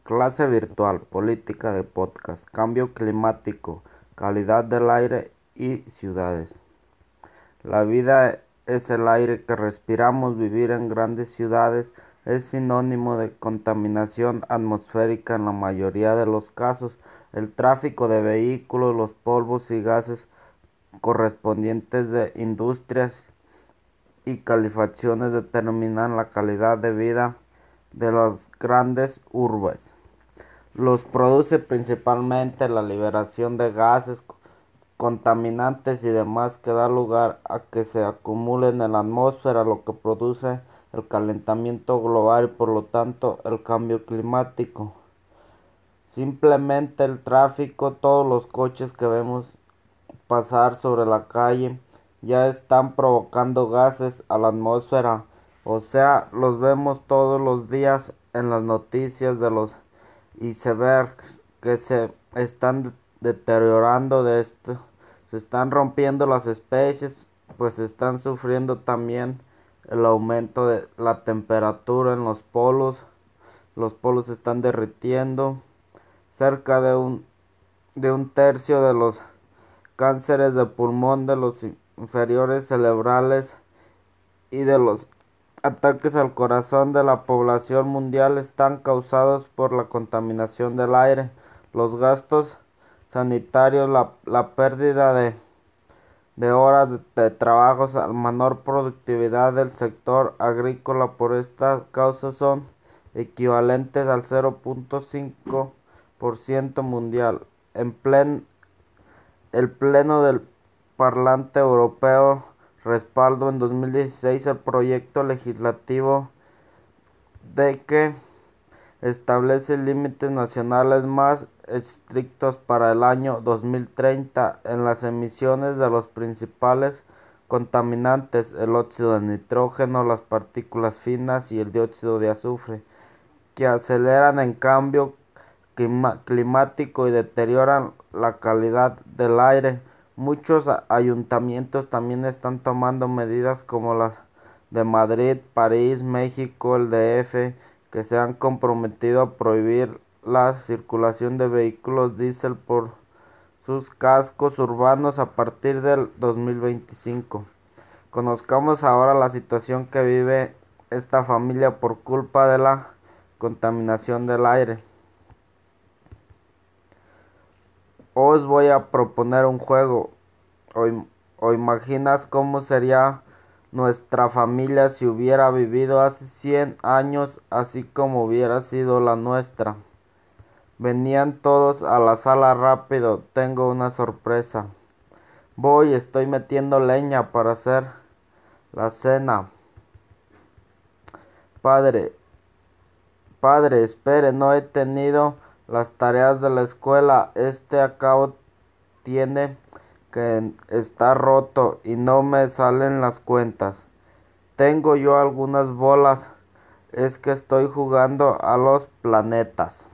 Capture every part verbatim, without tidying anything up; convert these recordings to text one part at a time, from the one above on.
Clase virtual, política de podcast, cambio climático, calidad del aire y ciudades. La vida es el aire que respiramos. Vivir en grandes ciudades es sinónimo de contaminación atmosférica en la mayoría de los casos. El tráfico de vehículos, los polvos y gases correspondientes de industrias y calefacciones determinan la calidad de vida de las grandes urbes. Los produce principalmente la liberación de gases contaminantes y demás que da lugar a que se acumulen en la atmósfera, lo que produce el calentamiento global y por lo tanto el cambio climático. Simplemente el tráfico, todos los coches que vemos pasar sobre la calle ya están provocando gases a la atmósfera, o sea, los vemos todos los días en las noticias de los icebergs que se están deteriorando de esto, se están rompiendo las especies, pues están sufriendo también el aumento de la temperatura en los polos. Los polos se están derritiendo. Cerca de un de un tercio de los cánceres de pulmón, de los inferiores cerebrales y de los ataques al corazón de la población mundial están causados por la contaminación del aire, los gastos sanitarios, la, la pérdida de, de horas de, de trabajo, la menor productividad del sector agrícola por estas causas son equivalentes al cero punto cinco por ciento mundial. En plen, el Pleno del Parlamento Europeo respaldó en dos mil dieciséis el proyecto legislativo de que establece límites nacionales más estrictos para el año dos mil treinta en las emisiones de los principales contaminantes, el óxido de nitrógeno, las partículas finas y el dióxido de azufre, que aceleran el cambio climático y deterioran la calidad del aire. Muchos ayuntamientos también están tomando medidas como las de Madrid, París, México, el D F, que se han comprometido a prohibir la circulación de vehículos diésel por sus cascos urbanos a partir del dos mil veinticinco. Conozcamos ahora la situación que vive esta familia por culpa de la contaminación del aire. Os voy a proponer un juego. ¿O, o imaginas cómo sería nuestra familia si hubiera vivido hace cien años así como hubiera sido la nuestra? Venían todos a la sala rápido. Tengo una sorpresa. Voy, estoy metiendo leña para hacer la cena. Padre, padre, espere, no he tenido las tareas de la escuela. Este a cabo tiene que estar roto y no me salen las cuentas. Tengo yo algunas bolas. Es que estoy jugando a los planetas.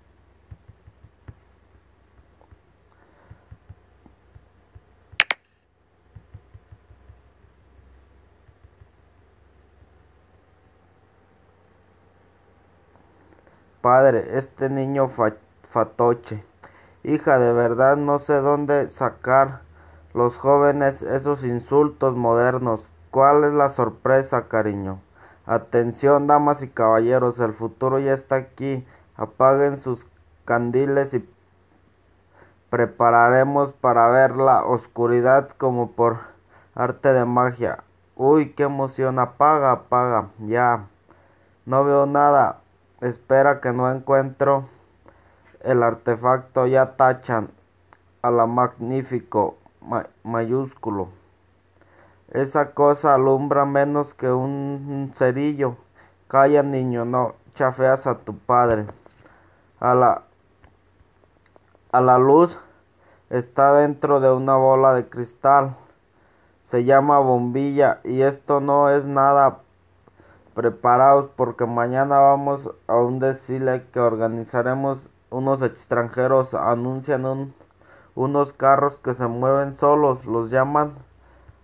Padre, este niño fa fatoche. Hija, de verdad no sé dónde sacar los jóvenes esos insultos modernos. ¿Cuál es la sorpresa, cariño? Atención, damas y caballeros, el futuro ya está aquí. Apaguen sus candiles y prepararemos para ver la oscuridad como por arte de magia. Uy, qué emoción. Apaga, apaga. Ya. No veo nada. Espera que no encuentro el artefacto. Ya tachan a la magnífico ma mayúsculo. Esa cosa alumbra menos que un cerillo. Calla, niño, no chafeas a tu padre. A la, a la luz está dentro de una bola de cristal. Se llama bombilla y esto no es nada. Preparaos porque mañana vamos a un desfile que organizaremos. Unos extranjeros anuncian un, unos carros que se mueven solos, los llaman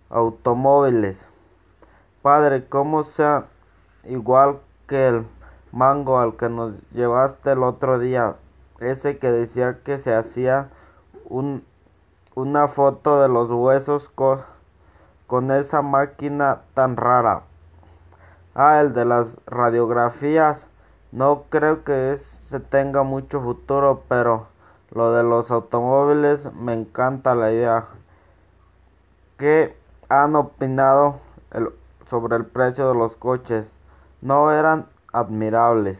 automóviles. Padre, ¿cómo sea igual que el Mango, al que nos llevaste el otro día, ese que decía que se hacía un, una foto de los huesos co- con esa máquina tan rara. Ah, el de las radiografías. No creo que ese tenga mucho futuro, pero lo de los automóviles me encanta la idea. ¿Qué han opinado el- sobre el precio de los coches? ¿No eran admirables?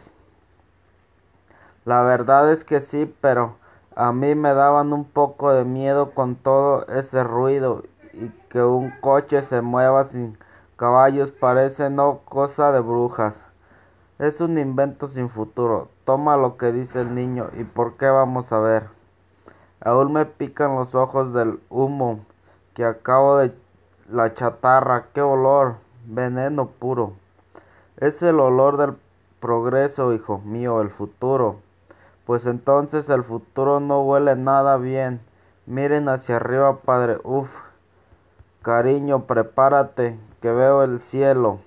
La verdad es que sí, pero a mí me daban un poco de miedo con todo ese ruido y que un coche se mueva sin caballos parece no cosa de brujas. Es un invento sin futuro. Toma lo que dice el niño y por qué vamos a ver. Aún me pican los ojos del humo que acabo de la chatarra. ¡Qué olor! Veneno puro. Es el olor del progreso, hijo mío, el futuro. Pues entonces el futuro no huele nada bien. Miren hacia arriba, padre. Uf, cariño, prepárate, que veo el cielo.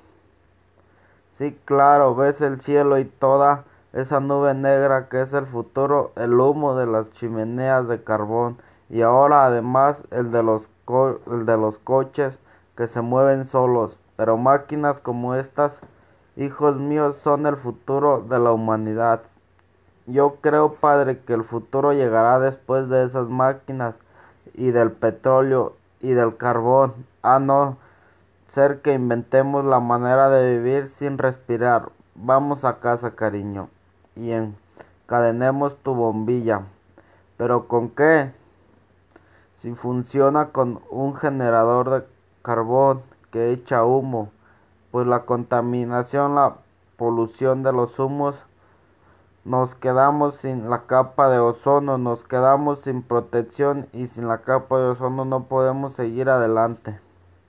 Sí, claro, ves el cielo y toda esa nube negra que es el futuro, el humo de las chimeneas de carbón y ahora además el de los co- el de los coches que se mueven solos. Pero máquinas como estas, hijos míos, son el futuro de la humanidad. Yo creo, padre, que el futuro llegará después de esas máquinas y del petróleo y del carbón. A no ser que inventemos la manera de vivir sin respirar. Vamos a casa, cariño, y encadenemos tu bombilla. ¿Pero con qué? Si funciona con un generador de carbón que echa humo, pues la contaminación, la polución de los humos, nos quedamos sin la capa de ozono, nos quedamos sin protección y sin la capa de ozono no podemos seguir adelante.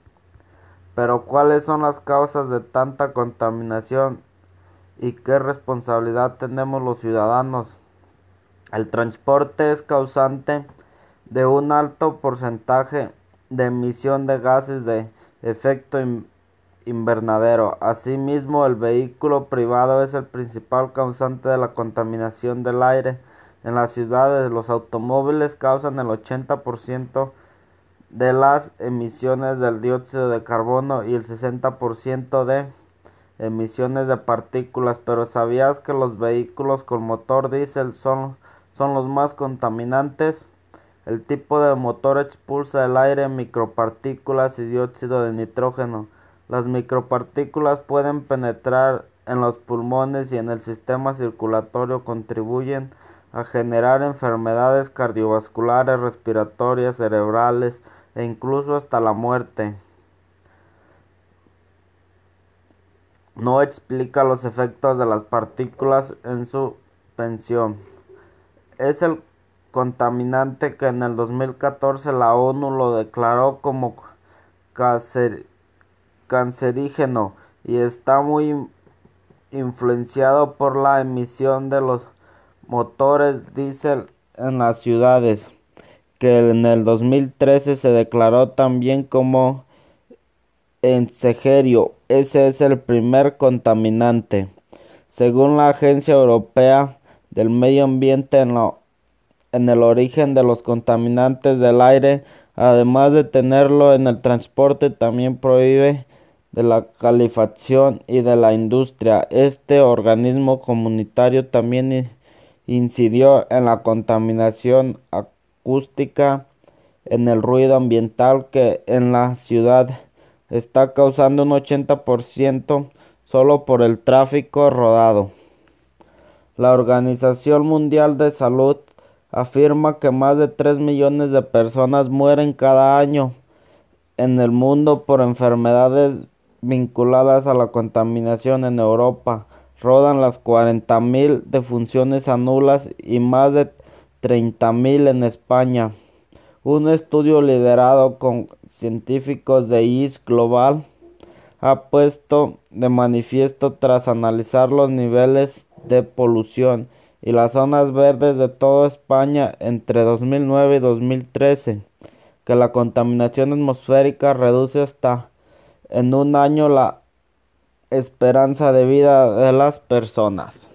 Pero ¿cuáles son las causas de tanta contaminación y qué responsabilidad tenemos los ciudadanos? El transporte es causante de un alto porcentaje de emisión de gases de efecto invernadero. Asimismo, el vehículo privado es el principal causante de la contaminación del aire. En las ciudades, los automóviles causan el ochenta por ciento de las emisiones del dióxido de carbono y el sesenta por ciento de emisiones de partículas. Pero ¿sabías que los vehículos con motor diésel son, son los más contaminantes? El tipo de motor expulsa del aire micropartículas y dióxido de nitrógeno. Las micropartículas pueden penetrar en los pulmones y en el sistema circulatorio, contribuyen a generar enfermedades cardiovasculares, respiratorias, cerebrales e incluso hasta la muerte. No explica los efectos de las partículas en su suspensión. Es el contaminante que en el dos mil catorce la ONU lo declaró como cáncer, cancerígeno y está muy influenciado por la emisión de los motores diésel en las ciudades, que en el dos mil trece se declaró también como ensegerio. Ese es el primer contaminante. Según la Agencia Europea del Medio Ambiente, en, lo, en el origen de los contaminantes del aire, además de tenerlo en el transporte, también prohíbe de la calefacción y de la industria. Este organismo comunitario también incidió en la contaminación acústica, en el ruido ambiental que en la ciudad está causando un ochenta por ciento solo por el tráfico rodado. La Organización Mundial de Salud afirma que más de tres millones de personas mueren cada año en el mundo por enfermedades vinculadas a la contaminación. En Europa rodan las cuarenta mil defunciones anuales y más de treinta mil en España. Un estudio liderado con científicos de I S Global ha puesto de manifiesto, tras analizar los niveles de polución y las zonas verdes de toda España entre dos mil nueve y dos mil trece, que la contaminación atmosférica reduce hasta en un año la esperanza de vida de las personas.